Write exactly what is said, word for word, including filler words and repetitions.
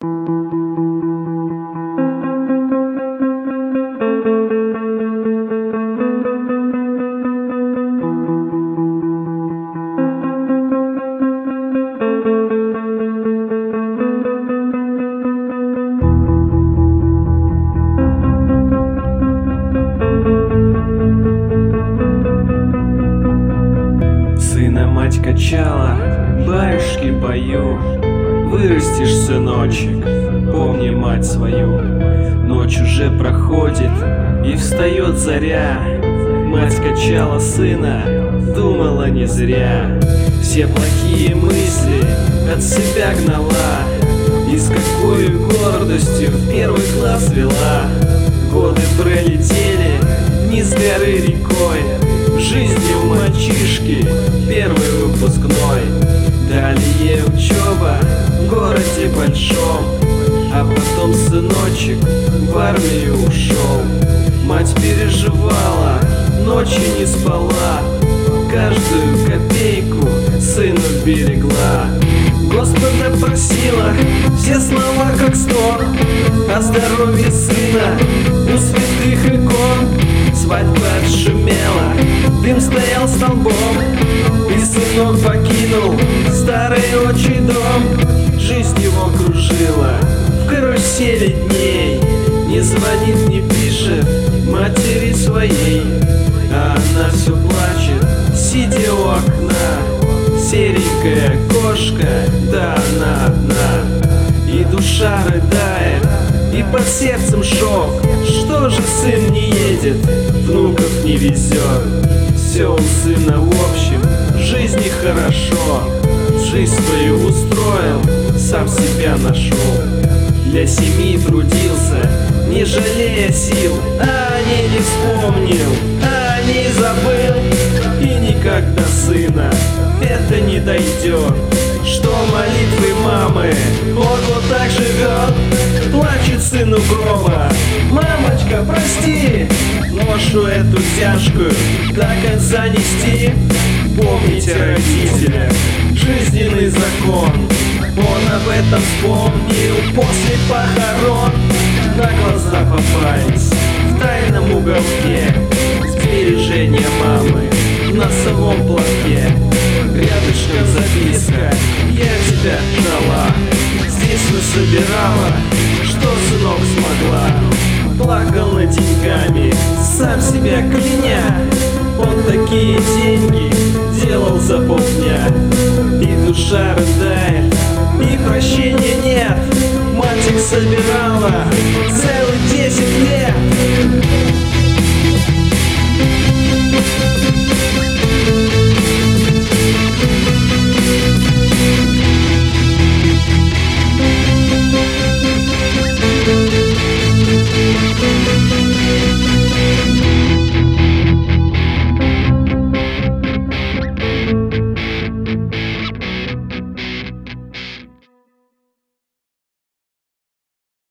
Сына мать качала, баюшки бою. Вырастешь, сыночек, помни мать свою. Ночь уже проходит, и встает заря. Мать качала сына, думала не зря. Все плохие мысли от себя гнала, и с какой гордостью в первый класс вела. Годы пролетели вниз горы рекой, в жизни у мальчишки первый выпускной. Далее учеба в городе большом, а потом сыночек в армию ушел. Мать переживала, ночи не спала, каждую копейку сыну берегла. Господа просила все слова как стон о здоровье сына у святых икон. Свадьба отшумела, дым стоял столбом, и сынок покинул старый отчий дом. Жизнь его кружила в карусели дней, не звонит, не пишет матери своей, а она все плачет, сидя у окна. Серенькая кошка, да она одна, и душа рыдает, и под сердцем шок. Что же сын не едет, внуков не везет? Все у сына в общем, в жизни хорошо. Жизнь свою устроил, сам себя нашел. Для семьи трудился, не жалея сил, а о ней не вспомнил, а о ней забыл. И никогда сына это не дойдет, что молитвы мамы он вот так живет. Плачет сын у гроба: мамочка, прости, ношу эту тяжкую до конца нести. Помните родителя, жизненный закон, он об этом вспомнил после похорон. На глаза попались в тайном уголке сбережения мамы в носовом платке. Рядышком записка: я тебя ждала, здесь насобирала, что сынок смогла. Плакал над деньгами, сам себя кляня, он такие деньги делал за полдня. И душа рыдает, и прощения нет, мать их собирала целых десять лет.